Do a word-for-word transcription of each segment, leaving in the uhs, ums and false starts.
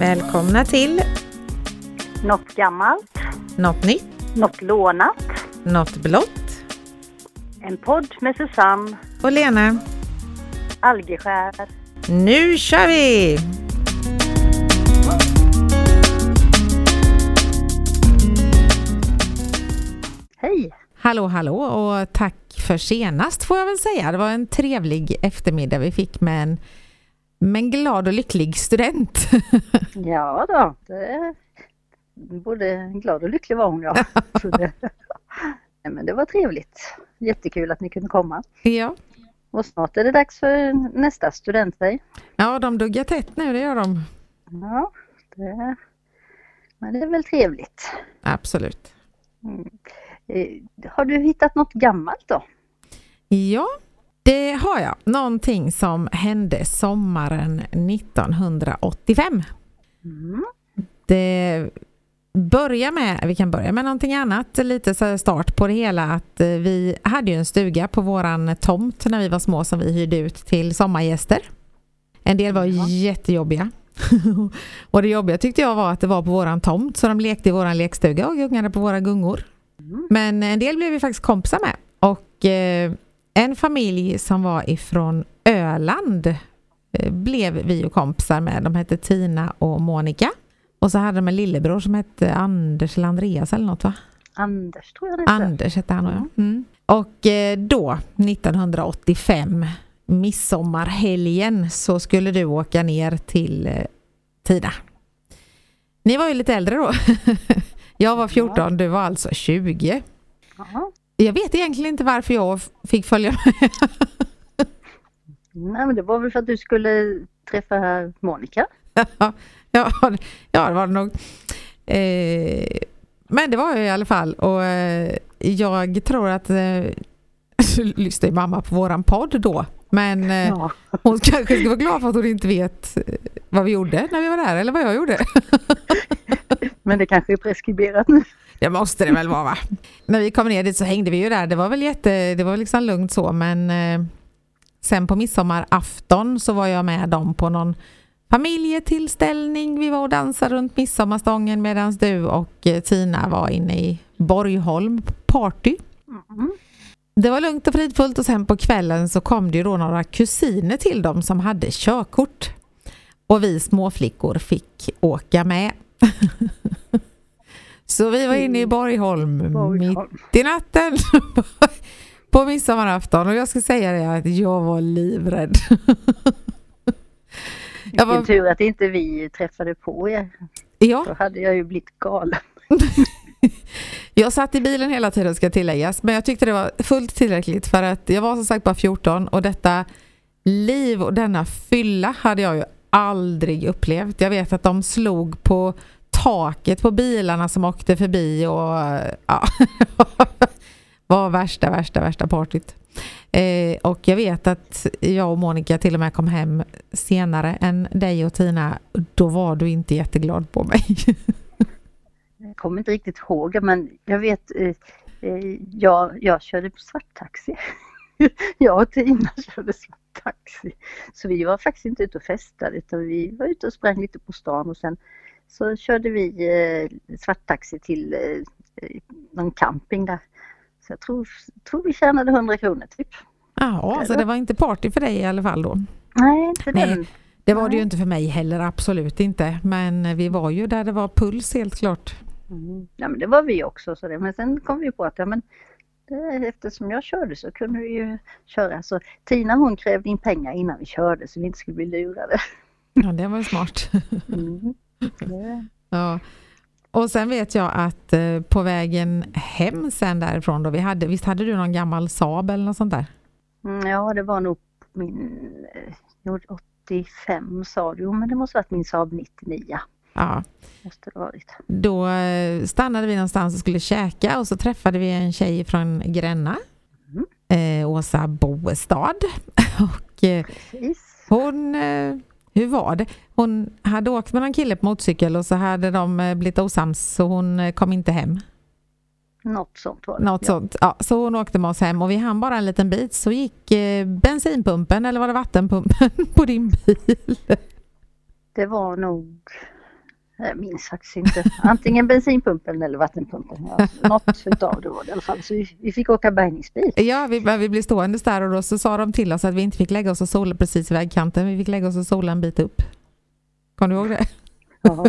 Välkomna till Något gammalt, Något nytt, något lånat, Något blått en podd med Susanne och Lena. Algeskär. Nu kör vi! Hej! Hallå, hallå och tack för senast får jag väl säga. Det var en trevlig eftermiddag vi fick med en, med en glad och lycklig student. Ja då, det, både glad och lycklig var hon, ja. Så det, nej, men det var trevligt. Jättekul att ni kunde komma. Ja. Och snart är det dags för nästa studentdag. Ja, de duggar tätt nu, det gör de. Ja, det, men det är väl trevligt. Absolut. Mm. Har du hittat något gammalt då? Ja, det har jag. Någonting som hände sommaren nittonhundraåttiofem. Mm. Det börjar med, vi kan börja med någonting annat, lite så start på det hela, att vi hade ju en stuga på våran tomt när vi var små som vi hyrde ut till sommargäster. En del var ja. jättejobbiga. Och det jobbiga tyckte jag var att det var på våran tomt, så de lekte i våran lekstuga och gungade på våra gungor. Mm. Men en del blev vi faktiskt kompisar med. Och eh, en familj som var ifrån Öland eh, blev vi ju kompisar med. De hette Tina och Monica. Och så hade de en lillebror som hette Anders eller Andreas eller något, va? Anders tror jag det heter. Anders hette han, mm. ja. Mm. Och eh, då, nittonhundraåttiofem, midsommarhelgen, så skulle du åka ner till eh, Tina. Ni var ju lite äldre då. Jag var fjorton, ja. Du var alltså tjugo. Aha. Jag vet egentligen inte varför jag fick följa med. Nej, men det var väl för att du skulle träffa Monica. Ja, ja, ja det var det nog. Eh, men det var jag i alla fall. Och eh, jag tror att eh, lyssnade mamma på våran podd då. Men eh, ja. Hon kanske ska vara glad för att hon inte vet vad vi gjorde när vi var där. Eller vad jag gjorde. Men det kanske är preskriberat nu. Det måste det väl vara, va? När vi kom ner dit så hängde vi ju där. Det var väl jätte, det var liksom lugnt så. Men eh, sen på midsommarafton så var jag med dem på någon familjetillställning. Vi var och dansade runt midsommarstången medan du och eh, Tina var inne i Borgholm party. Mm. Det var lugnt och fridfullt, och sen på kvällen så kom det ju då några kusiner till dem som hade körkort. Och vi småflickor fick åka med. Så vi var inne i Borgholm, Borgholm. mitt i natten på midsommarafton. Och jag ska säga det att jag var livrädd. Jag var... tur att inte vi träffade på er. Ja. Då hade jag ju blivit galen. Jag satt i bilen hela tiden, ska tilläggas. Men jag tyckte det var fullt tillräckligt, för att jag var som sagt bara fjorton. Och detta liv och denna fylla hade jag ju aldrig upplevt. Jag vet att de slog på taket på bilarna som åkte förbi. Och ja, var värsta, värsta, värsta partyt. Eh, och jag vet att jag och Monica till och med kom hem senare än dig och Tina. Då var du inte jätteglad på mig. Jag kommer inte riktigt ihåg, men jag vet, eh, jag, jag körde på svarttaxi. Jag och Tina körde svarttaxi. Så vi var faktiskt inte ute och festade, utan vi var ute och sprang lite på stan. Och sen så körde vi eh, svarttaxi till eh, någon camping där. Så jag tror, tror vi tjänade hundra kronor typ. Ja, så det var inte party för dig i alla fall då? Nej, inte Nej. Den. Det var det ju inte för mig heller, absolut inte. Men vi var ju där det var puls, helt klart. Mm. Ja, men det var vi också. Så det. Men sen kom vi på att ja, men det, eftersom jag körde så kunde vi ju köra. Så Tina, hon krävde in pengar innan vi körde så vi inte skulle bli lurade. Ja, det var smart. Mm. Det. Ja. Och sen vet jag att eh, på vägen hem sen därifrån då, vi hade, visst hade du någon gammal Saab eller något sånt där? Mm, ja, det var nog min eh, åttiofem sa du, men det måste ha varit min Saab nittionio. Ja. Måste det varit. Då eh, stannade vi någonstans och skulle käka, och så träffade vi en tjej från Gränna. Mm. Eh, Åsa Boestad. och eh, hon... Eh, Hur var det? Hon hade åkt med en kille på motorcykel och så hade de blivit osams, så hon kom inte hem. Något sånt var det. Något ja. sånt. Ja, så hon åkte med oss hem och vi hann bara en liten bit, så gick eh, bensinpumpen eller var det vattenpumpen på din bil? Det var nog Jag minns faktiskt inte. Antingen bensinpumpen eller vattenpumpen. Ja, något utav det var det i alla fall. Så vi, vi fick åka bärgningsbil. Ja, vi, vi blev stående där och då så sa de till oss att vi inte fick lägga oss och sola precis i vägkanten. Vi fick lägga oss och sola en bit upp. Kan du ihåg det? Ja,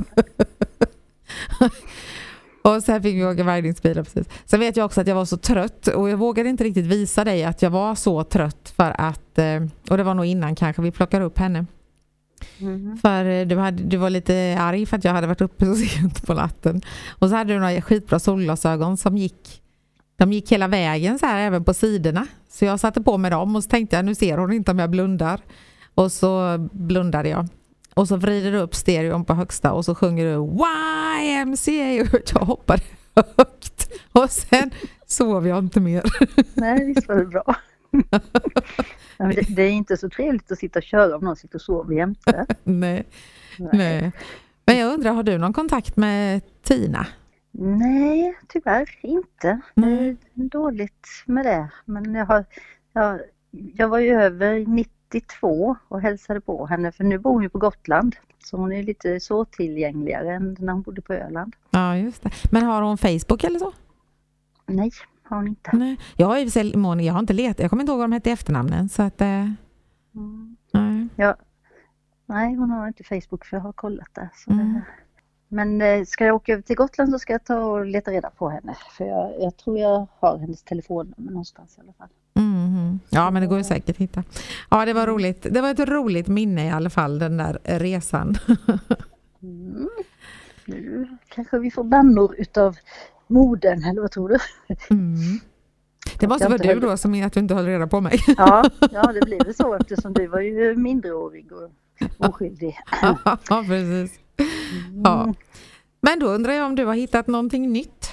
och sen fick vi åka vägningsbilar precis. Sen vet jag också att jag var så trött och jag vågade inte riktigt visa dig att jag var så trött för att, och det var nog innan kanske vi plockade upp henne. Mm. För du, hade, du var lite arg för att jag hade varit uppe så sent på natten. Och så hade du några skitbra solglasögon som gick, de gick hela vägen så här även på sidorna. Så jag satte på mig dem och så tänkte jag, nu ser hon inte om jag blundar. Och så blundade jag. Och så vrider du upp stereon på högsta och så sjunger du Y M C A och jag hoppade högt. Och sen sov jag inte mer. Nej, visst var det bra. Det, det är inte så trevligt att sitta och köra om någon sitter och sover jämte. Nej. Nej. Nej. Men jag undrar, har du någon kontakt med Tina? Nej, tyvärr inte. Mm. Det är dåligt med det. Men jag, har, jag, jag var ju över nittiotvå och hälsade på henne. För nu bor hon ju på Gotland. Så hon är lite så tillgängligare än när hon bodde på Öland. Ja, just det. Men har hon Facebook eller så? Nej. Har hon inte. Nej. Jag har ju jag har inte letat. Jag kommer inte ihåg vad de hette i efternamnen så att eh, mm. nej. Ja. Nej, hon har inte Facebook för jag har kollat det. Så mm. det men eh, ska jag åka över till Gotland så ska jag ta och leta reda på henne för jag, jag tror jag har hennes telefonnummer någonstans i alla fall. Mm. Ja, men det går ju säkert att hitta. Ja, det var roligt. Det var ett roligt minne i alla fall den där resan. mm. Nu kanske vi får bannor utav moden, eller vad tror du? Mm. Det måste vara du då som är att du inte håller reda på mig. Ja, ja, det blir väl så eftersom du var ju mindreårig och oskyldig. Ja, precis. Ja. Men då undrar jag om du har hittat någonting nytt?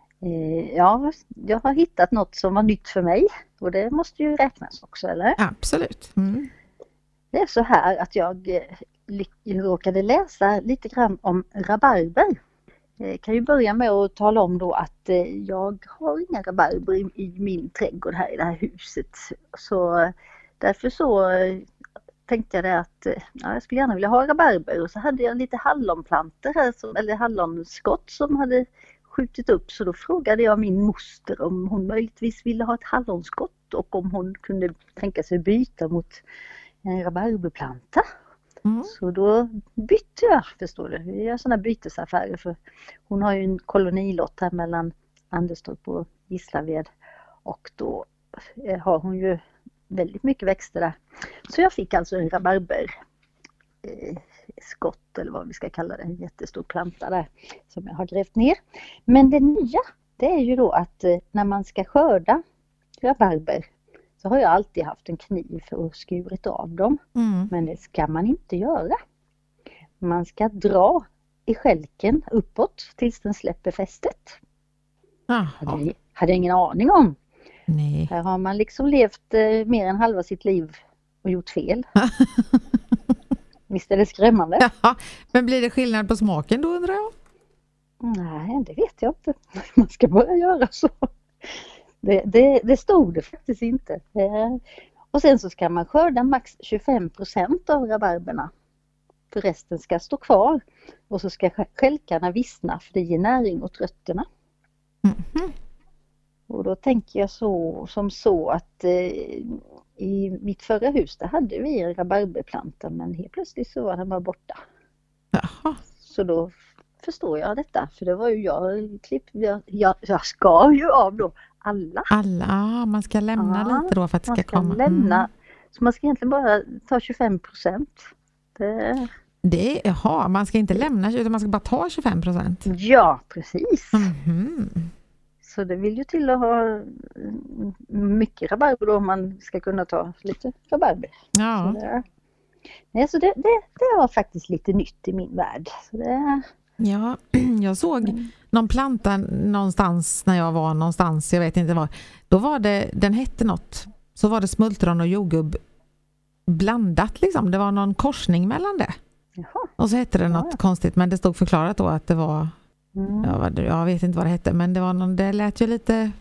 Ja, jag har hittat något som var nytt för mig. Och det måste ju räknas också, eller? Absolut. Mm. Det är så här att jag råkade läsa lite grann om rabarber. Jag kan ju börja med att tala om då att jag har inga rabarber i, i min trädgård här i det här huset. Så därför så tänkte jag det att ja, jag skulle gärna vilja ha rabarber. Och så hade jag lite hallonplanter här, som, eller hallonskott som hade skjutit upp. Så då frågade jag min moster om hon möjligtvis ville ha ett hallonskott och om hon kunde tänka sig byta mot en rabarberplanta. Mm. Så då bytte jag, förstår du. Vi gör sådana bytesaffärer för hon har ju en kolonilott här mellan Anderstorp och Gislaved och då har hon ju väldigt mycket växter där. Så jag fick alltså en rabarber eh, skott eller vad vi ska kalla det, en jättestor planta där som jag har grävt ner. Men det nya, det är ju då att eh, när man ska skörda rabarber så har jag alltid haft en kniv för att skurit av dem. Mm. Men det ska man inte göra. Man ska dra i skälken uppåt tills den släpper fästet. Hade, hade jag ingen aning om. Nej. Här har man liksom levt eh, mer än halva sitt liv och gjort fel. Visst är det skrämmande? Ja, men blir det skillnad på smaken då undrar jag? Nej, det vet jag inte. Man ska bara göra så. Det, det, det stod det faktiskt inte. Och sen så ska man skörda max tjugofem procent av rabarberna. För resten ska stå kvar. Och så ska skälkarna vissna för det ger näring åt rötterna. Mm-hmm. Och då tänker jag så som så att eh, i mitt förra hus där hade vi en rabarberplanta men helt plötsligt så var den bara borta. Jaha. Så då förstår jag detta. För det var ju jag klipp, jag, jag, jag skar ju av då alla. Alla, man ska lämna ja, lite då för att det ska, ska komma. Lämna, mm. Så man ska egentligen bara ta tjugofem procent. Det... Det, jaha, man ska inte lämna utan man ska bara ta tjugofem procent. Ja, precis. Mm-hmm. Så det vill ju till att ha mycket rabarber då om man ska kunna ta lite rabarber. Ja. Så, det, nej, så det, det, det var faktiskt lite nytt i min värld. Så det... Ja, jag såg mm. någon planta någonstans när jag var någonstans, jag vet inte var. Då var det, den hette något, så var det smultron och jordgubb blandat liksom. Det var någon korsning mellan det. Jaha. Och så hette det något ja. konstigt, men det stod förklarat då att det var, mm. ja, jag vet inte vad det hette, men det var någon, det lät ju lite,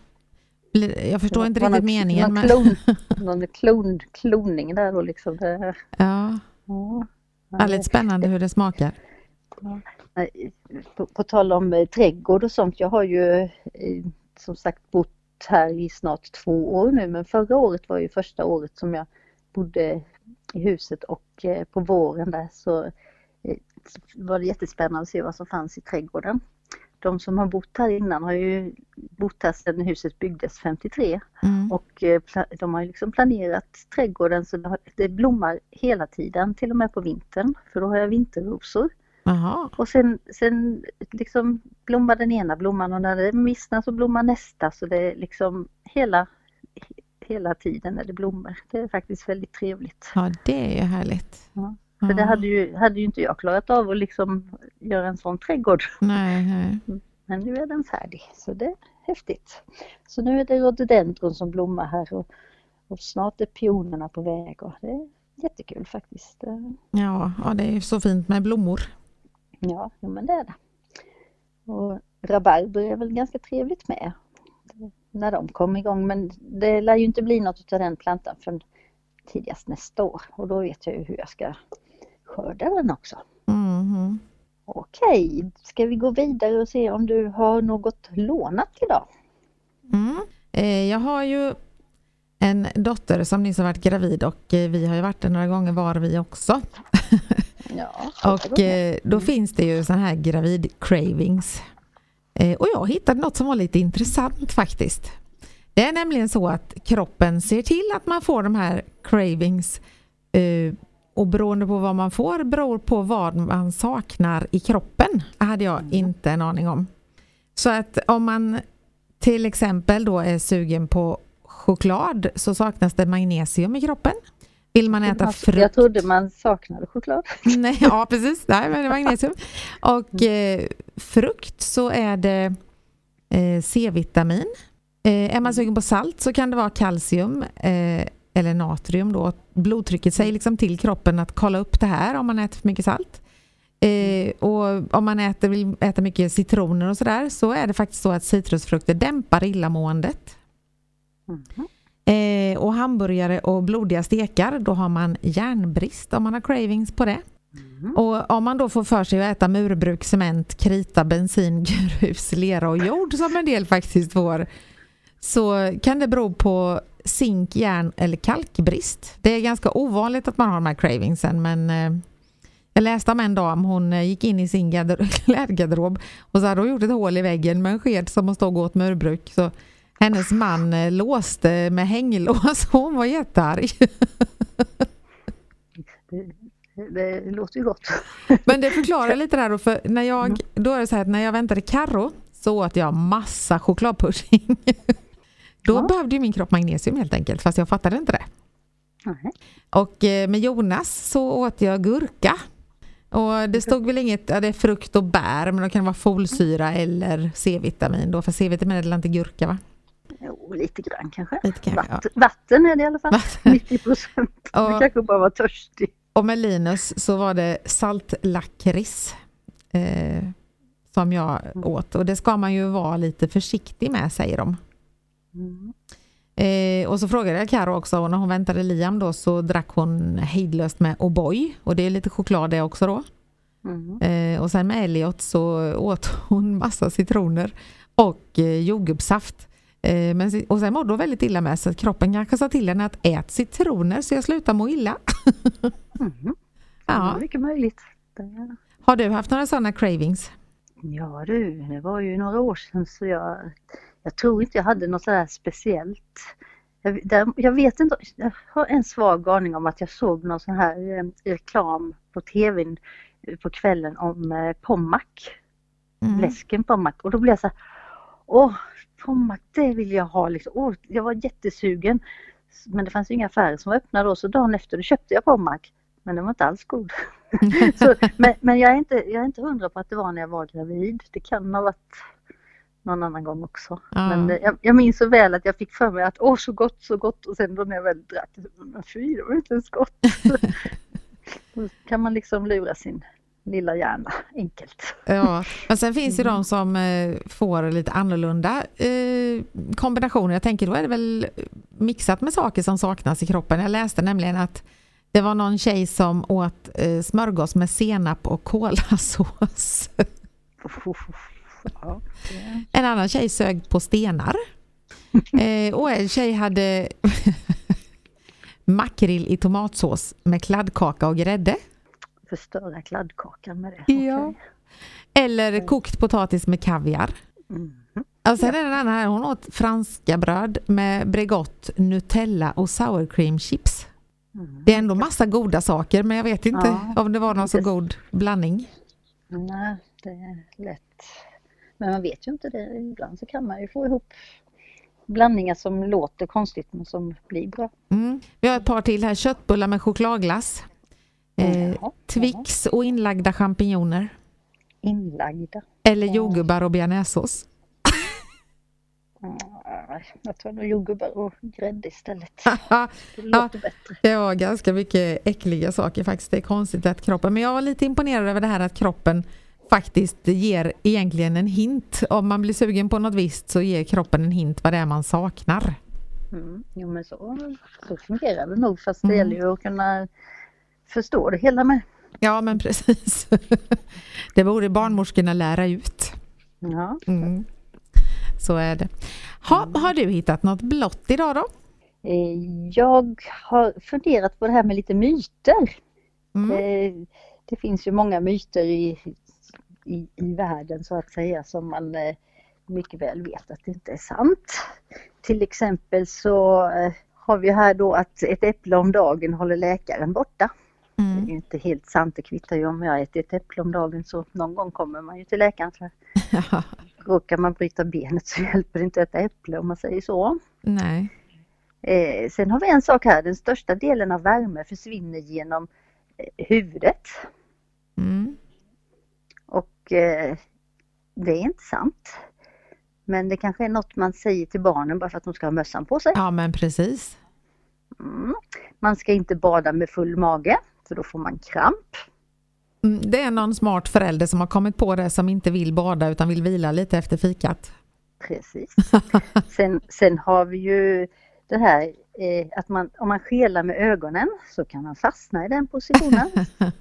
jag förstår inte riktigt någon, meningen. Någon, klon, någon klon, kloning där då liksom. Det, ja, ja. Väldigt spännande hur det smakar. Ja. på, på tal om eh, trädgård och sånt. Jag har ju eh, som sagt bott här i snart två år nu, men förra året var ju första året som jag bodde i huset, och eh, på våren där så, eh, så var det jättespännande att se vad som fanns i trädgården. De som har bott här innan har ju bott här sedan huset byggdes femtiotre mm. och eh, de har ju liksom planerat trädgården så det, har, det blommar hela tiden, till och med på vintern, för då har jag vinterrosor. Aha. Och sen, sen liksom blommar den ena blomman, och när det missnar så blommar nästa, så det är liksom hela, hela tiden när det blommar. Det är faktiskt väldigt trevligt. Ja, det är ju härligt. Ja. För ja. det hade ju, hade ju inte jag klarat av att liksom göra en sån trädgård. Nej, nej. Men nu är den färdig, så det är häftigt. Så nu är det rhododendron som blommar här, och, och snart är pionerna på väg, och det är jättekul faktiskt. Ja, ja, det är så fint med blommor. Ja, ja men det är det. Och rabarber är väl ganska trevligt med när de kommer igång, men det lär ju inte bli något av den plantan för tidigast nästa år, och då vet jag ju hur jag ska skörda den också. Mm. Okej, ska vi gå vidare och se om du har något lånat idag? Mm. Eh, jag har ju en dotter som nyss har varit gravid, och eh, vi har ju varit där några gånger var vi också. Ja, och eh, då mm. finns det ju sån här gravid cravings. Eh, och jag hittade något som var lite intressant faktiskt. Det är nämligen så att kroppen ser till att man får de här cravings, eh, och beroende på vad man får beror på vad man saknar i kroppen. Det hade jag mm. inte en aning om. Så att om man till exempel då är sugen på choklad så saknas det magnesium i kroppen. Vill man äta frukt? Jag trodde man saknade choklad. Nej, ja, precis. Nej, men det är magnesium. Och eh, frukt så är det eh, C-vitamin. Eh, är man sugen på salt så kan det vara kalcium eh, eller natrium då. Blodtrycket säger liksom till kroppen att kolla upp det här om man äter för mycket salt. Eh, och om man äter, vill äta mycket citroner och sådär, så är det faktiskt så att citrusfrukter dämpar illamåendet. Mm. Eh, och hamburgare och blodiga stekar, då har man järnbrist om man har cravings på det. Mm. Och om man då får för sig att äta murbruk, cement, krita, bensin, grus, lera och jord, som en del faktiskt får, så kan det bero på zink, järn eller kalkbrist. Det är ganska ovanligt att man har de här cravingsen, men eh, jag läste om en dam, hon eh, gick in i sin klädgarderob och så hade hon gjort ett hål i väggen med en sked som hon stod åt murbruk, så hennes man eh, låste med hänglås. Hon var jättearg. Det, det låter ju gott. Men det förklarar lite där då, för när jag, då är det så här att när jag väntade Karo så åt jag massa chokladpudding. Då ja. behövde ju min kropp magnesium helt enkelt, fast jag fattade inte det. Mm. Och eh, med Jonas så åt jag gurka. Och det stod väl inget, ja, det är frukt och bär, men då kan det vara folsyra eller C-vitamin då, för C-vitamin är det inte gurka, va? Jo, lite grann kanske. Lite grann, vatten, ja. vatten är det i alla fall. nittio procent. Du kanske bara var törstig. Och med Linus så var det saltlakrits eh, som jag mm. åt. Och det ska man ju vara lite försiktig med, säger de. Mm. Eh, och så frågade jag Karo också, och när hon väntade Liam då så drack hon hejdlöst med O'boy. Och det är lite choklad det också då. Mm. Eh, och sen med Elliot så åt hon massa citroner och eh, jordgubbssaft. Eh, men, och sen mådde hon väldigt illa med, så att kroppen kanske sa till henne att äta citroner, så jag slutar må illa. Mm. Ja, mycket möjligt. Det... Har du haft några sådana cravings? Ja du, det var ju några år sedan, så jag, jag tror inte jag hade något sådär speciellt. Jag, där, jag vet inte, jag har en svag aning om att jag såg någon sån här eh, reklam på tvn på kvällen om eh, Pommac. Mm. Läsken Pommac. Och då blev jag så här, åh, Pommac, det vill jag ha. Liksom. Åh, jag var jättesugen. Men det fanns ju inga affärer som var öppna då, så dagen efter då köpte jag Pommac. Men den var inte alls god. så, men men jag, är inte, jag är inte hundra på att det var när jag var gravid. Det kan ha varit någon annan gång också. Ja. Men jag, jag minns så väl att jag fick för mig att åh, så gott, så gott. Och sen då när jag väl drack, men fy, det var inte ens gott. Då kan man liksom lura sin lilla hjärna, enkelt. Ja, men sen finns ju de som eh, får lite annorlunda eh, kombinationer. Jag tänker då är det väl mixat med saker som saknas i kroppen. Jag läste nämligen att Det var någon tjej som åt eh, smörgås med senap och kolasås. Ja. En annan tjej sög på stenar. Eh, och en tjej hade makrill i tomatsås med kladdkaka och grädde. Förstöra kladdkakan med det. Ja. Okay. Eller kokt potatis med kaviar. Mm. Och sen är det en annan här. Hon åt franska bröd med Bregott, Nutella och sour cream chips. Mm. Det är ändå massa goda saker, men jag vet inte Ja, om det var någon så det... god blandning. Nej, det är lätt. Men man vet ju inte det. Ibland så kan man ju få ihop blandningar som låter konstigt men som blir bra. Mm. Vi har ett par till här. Köttbullar med chokladglass. Eh, Jaha, Twix och inlagda champinjoner. Inlagda. Eller jordgubbar och bearnaisesås. Mm, jag tar nog jordgubbar och grädde istället. Det låter Ja, bättre. det var ganska mycket äckliga saker faktiskt. Det är konstigt att kroppen... Men jag var lite imponerad över det här att kroppen faktiskt ger egentligen en hint. Om man blir sugen på något visst så ger kroppen en hint vad det är man saknar. Mm, jo men så, så fungerar det nog, fast det Mm. gäller ju att kunna förstå det hela med. Ja, men precis. Det borde barnmorskorna lära ut. Ja. Mm. Så är det. Ha, har du hittat något blått idag då? Eh, Jag har funderat på det här med lite myter. Mm. Eh, Det finns ju många myter i, i, i världen så att säga som man eh, mycket väl vet att det inte är sant. Till exempel så eh, har vi här då att ett äpple om dagen håller läkaren borta. Det är Mm. ju inte helt sant, det kvittar ju om jag äter ett äpple om dagen så någon gång kommer man ju till läkaren. Så Ja, råkar man bryta benet så hjälper det inte att äta äpple om man säger så. nej. Eh, sen har vi en sak här, den största delen av värme försvinner genom eh, huvudet. Mm. Och eh, det är inte sant. Men det kanske är något man säger till barnen bara för att de ska ha mössan på sig. Ja, men precis. Mm. Man ska inte bada med full mage för då får man kramp. Mm, det är någon smart förälder som har kommit på det som inte vill bada utan vill vila lite efter fikat. Precis. Sen, sen har vi ju det här eh, att man, om man skelar med ögonen så kan man fastna i den positionen.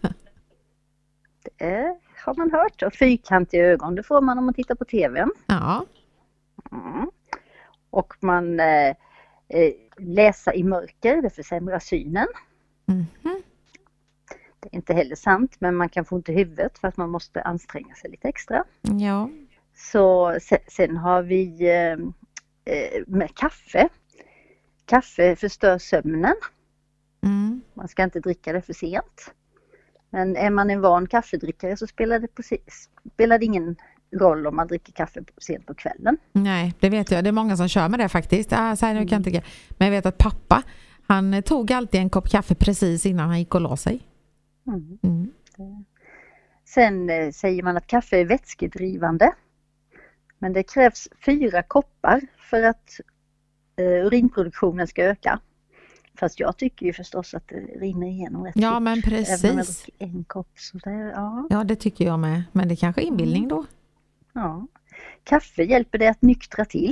Det har man hört. Och fyrkantiga ögon, det får man om man tittar på tvn. Ja. Mm. Och man eh, eh, läsa i mörker, det försämrar synen. Mhm. Det är inte heller sant, men man kan få ont i huvudet för att man måste anstränga sig lite extra. Ja. Så sen, sen har vi eh, eh, med kaffe. Kaffe förstör sömnen. Mm. Man ska inte dricka det för sent. Men är man en van kaffedrickare så spelar det, precis, spelar det ingen roll om man dricker kaffe sent på kvällen. Nej, det vet jag. Det är många som kör med det faktiskt. Ah, så här, nu kan jag inte dricka. Men jag vet att pappa, han tog alltid en kopp kaffe precis innan han gick och la sig. Mm. Mm. Sen eh, säger man att kaffe är vätskedrivande. Men det krävs fyra koppar för att eh, urinproduktionen ska öka. Fast jag tycker ju förstås att det rinner igenom rätt Ja, fort. men Även om jag precis. dricker en kopp så där, ja. Ja, det tycker jag med. Men det kanske är inbildning då. ja. Kaffe hjälper det att nyktra till.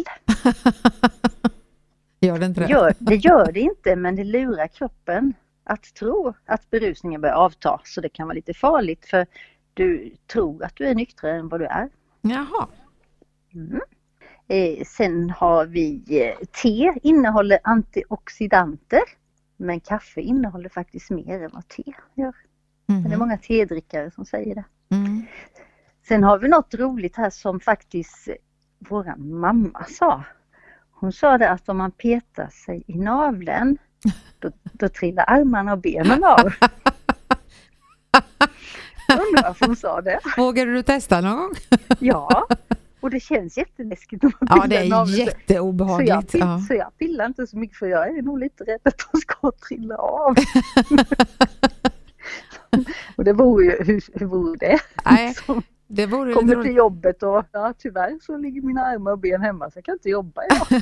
Gör det inte Det det? gör, det gör det inte, men det lurar kroppen att tro att berusningen börjar avta. Så det kan vara lite farligt för du tror att du är nyktrare än vad du är. Jaha. Mm. Eh, sen har vi eh, te innehåller antioxidanter. Men kaffe innehåller faktiskt mer än vad te gör. Mhm. Det är många tedrickare som säger det. Mm. Sen har vi något roligt här som faktiskt våran mamma sa. Hon sa det att om man petar sig i naveln då, då trillar armarna och benen av. Undrar varför hon sa det. Vågar du testa någon gång? Ja, och det känns jätteläskigt när man Ja, pillar det i är naveln. Så jag, jätteobehagligt. pill, Ja. så jag pillar inte så mycket för jag är nog lite rädd att de ska trilla av. Och det vore ju, hur, hur vore det? Nej, Som det vore lite kommer till roligt. jobbet och ja, tyvärr så ligger mina armar och ben hemma så jag kan inte jobba idag.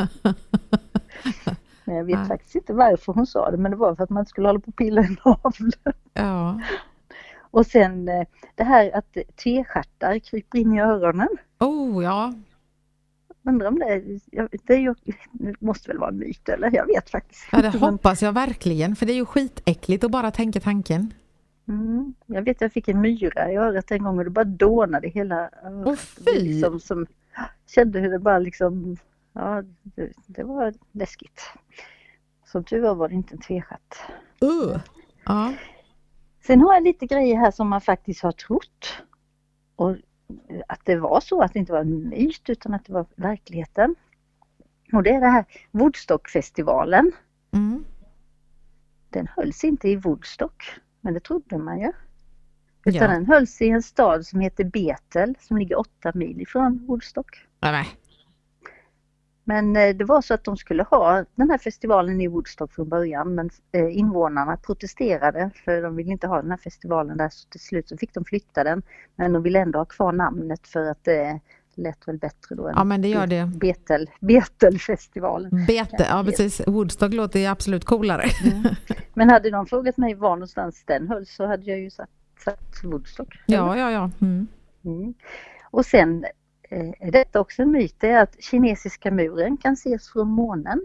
Men jag vet Nej. faktiskt inte varför hon sa det, men det var för att man inte skulle hålla på och pilla i naveln. Ja. Och sen eh, det här att testjärtar kryper in i öronen. Oh, ja. undrar om det, det, är ju, det måste väl vara en myt, eller? Jag vet faktiskt. Ja, det hoppas jag verkligen, för det är ju skitäckligt att bara tänka tanken. Mm, jag vet, jag fick en myra i örat en gång och det bara dånade hela örat. Åh, fy! Liksom, som, kände hur det bara liksom, ja, det, det var läskigt. Som tur var var det inte en tvestjärt. Uh. Ja. Sen har jag lite grejer här som man faktiskt har trott. Och att det var så, att det inte var en myt utan att det var verkligheten. Och det är det här Woodstockfestivalen. Mm. Den hölls inte i Woodstock, men det trodde man ju. Utan Ja. den hölls i en stad som heter Bethel som ligger åtta mil ifrån Woodstock. Nej. Men eh, det var så att de skulle ha den här festivalen i Woodstock från början, men eh, invånarna protesterade för de ville inte ha den här festivalen där, så till slut så fick de flytta den. Men de ville ändå ha kvar namnet för att det lät väl bättre då än Ja, men det gör det. Bethel, Bethelfestivalen. Bete, ja precis. Woodstock låter ju absolut coolare. Mm. Men hade de frågat mig var någonstans den hölls så hade jag ju satt, satt Woodstock. Ja, ja, ja. Mm. Mm. Och sen eh, är detta också en myt, det är att kinesiska muren kan ses från månen.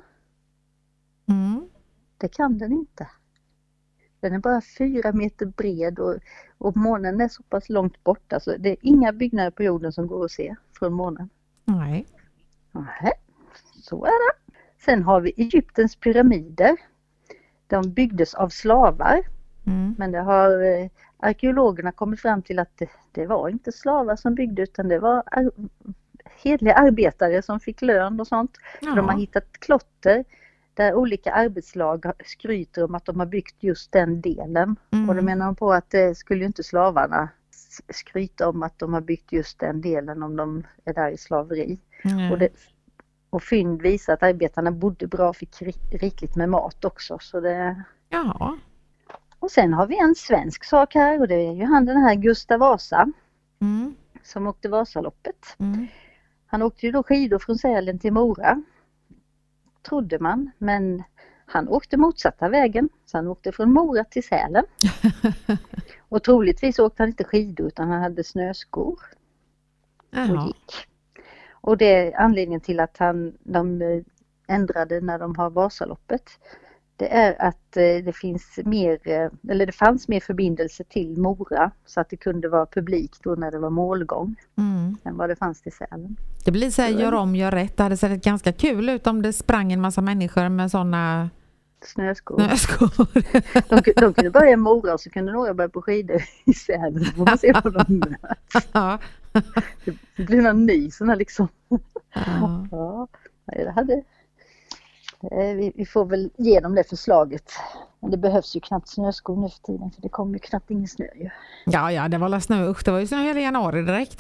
Mm. Det kan den inte. Den är bara fyra meter bred och, och månen är så pass långt bort. Alltså det är inga byggnader på jorden som går att se från månen. Nej. Nähä, så är det. Sen har vi Egyptens pyramider. De byggdes av slavar. Mm. Men det har eh, arkeologerna kommit fram till att det, det var inte slavar som byggde, utan det var ar- hedliga arbetare som fick lön och sånt. Ja. De har hittat klotter där olika arbetslag skryter om att de har byggt just den delen. Mm. Och då menar de på att det skulle ju inte slavarna skryta om att de har byggt just den delen om de är där i slaveri. Mm. Och, det, och fynd visar att arbetarna bodde bra och fick rik- rikligt med mat också. Så det... Ja. Och sen har vi en svensk sak här och det är ju han den här Gustav Vasa Mm. som åkte Vasaloppet. Mm. Han åkte ju då skidor från Sälen till Mora, trodde man, men han åkte motsatta vägen. Så han åkte från Mora till Sälen. Och troligtvis åkte han inte skidor utan han hade snöskor och Jaha. gick. Och det är anledningen till att han, de ändrade när de har Vasaloppet. Det är att eh, det finns mer, eh, eller det fanns mer förbindelse till Mora så att det kunde vara publik då när det var målgång Mm. än vad det fansk till Sälen. Det blir så här, gör om, gör rätt. Det hade sett ganska kul ut om det sprang en massa människor med sådana Snöskor. snöskor. De, de kunde börja i Mora och så kunde några börja på skidor i Sälen. Så får man se vad de möts. Ja. Det blir någon ny sån här liksom. Ja. Ja, det hade... Vi, vi får väl ge dem det förslaget. Men det behövs ju knappt snöskor nu för tiden för det kommer ju knappt ingen snö ju. Ja, ja, det var la snö. Usch, det var ju snö hela januari direkt.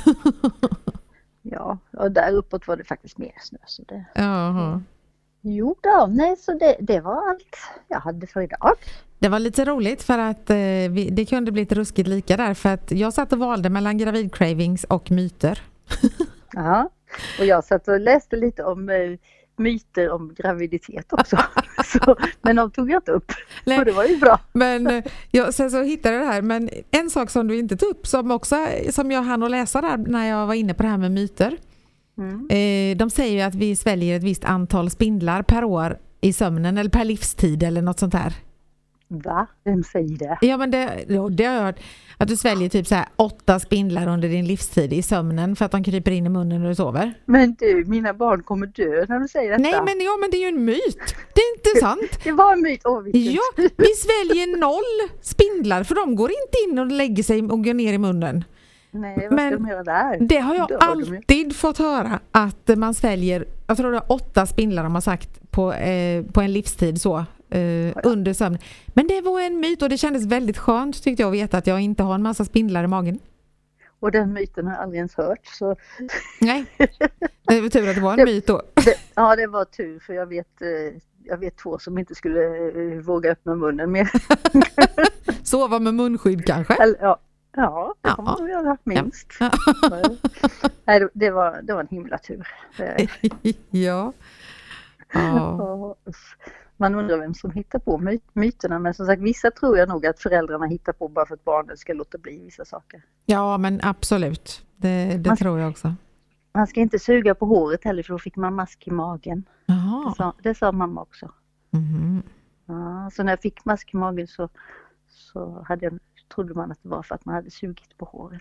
Ja, och där uppåt var det faktiskt mer snö. Så det... Jaha. Jo då, nej så det, det var allt jag hade för idag. Det var lite roligt för att eh, vi, det kunde bli ett ruskigt lika där för att jag satt och valde mellan gravidcravings och myter. Ja, och jag satt och läste lite om eh, myter om graviditet också. Så, men de tog jag inte upp. Nej. Och det var ju bra. Men eh, jag, sen så hittade jag det här. Men en sak som du inte tog upp som också som jag hann att läsa där när jag var inne på det här med myter. Mm. Eh, de säger ju att vi sväljer ett visst antal spindlar per år i sömnen eller per livstid eller något sånt här. Va? Vem säger det? Ja, men det, det har jag hört att du sväljer typ så här åtta spindlar under din livstid i sömnen för att de kryper in i munnen när du sover. Men du, mina barn kommer dö när du säger detta. Nej, men ja, men det är ju en myt. Det är inte sant. Det var en myt. Åh, vilken... Ja, vi sväljer noll spindlar för de går inte in och lägger sig och går ner i munnen. Nej, vad Men ska de göra där? Det har jag Dör de ju? alltid fått höra att man sväljer, jag tror det är åtta spindlar de har sagt på, eh, på en livstid så eh, under sömn. Men det var en myt och det kändes väldigt skönt tyckte jag att veta att jag inte har en massa spindlar i magen. Och den myten har jag aldrig ens hört. Så... Nej, det var tur att det var en Det- myt då. Det, ja, det var tur för jag vet, eh, jag vet två som inte skulle eh, våga öppna munnen mer. Sova med munskydd kanske? Eller, ja, ja, det Ja. kommer man göra minst. Ja. Nej, det- det var, det var en himla tur. Det, Ja. Ja. ja, usch. Man undrar vem som hittar på my- myterna, men som sagt vissa tror jag nog att föräldrarna hittar på bara för att barnen ska låta bli vissa saker. Ja, men absolut. Det, det Man- tror jag också. Man ska inte suga på håret heller för då fick man mask i magen. Jaha. Det sa, det sa mamma också. Mhm. Ja, så när jag fick mask i magen så, så hade jag, trodde man att det var för att man hade sugit på håret.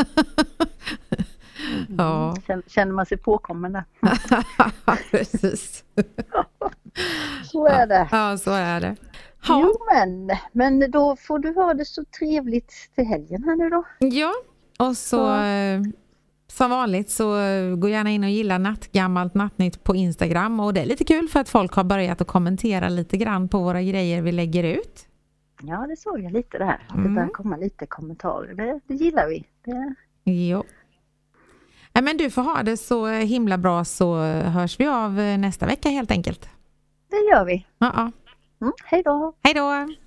Ja. Känner, känner man sig påkommen där. Precis. Så är det. Ja, så är det. Ja. Jo men, men då får du ha det så trevligt till helgen här nu då. Ja, och så Ja. eh, som vanligt så eh, gå gärna in och gilla Nattgammalt Nattnytt på Instagram, och det är lite kul för att folk har börjat att kommentera lite grann på våra grejer vi lägger ut. Ja, det såg jag lite där. Det Mm. börjar komma lite kommentarer. Det, det gillar vi. Det, Jo. Ja, men du får ha det så himla bra, så hörs vi av eh, nästa vecka helt enkelt. det gör vi. Ja, ja. Mm, hej då! Hej då!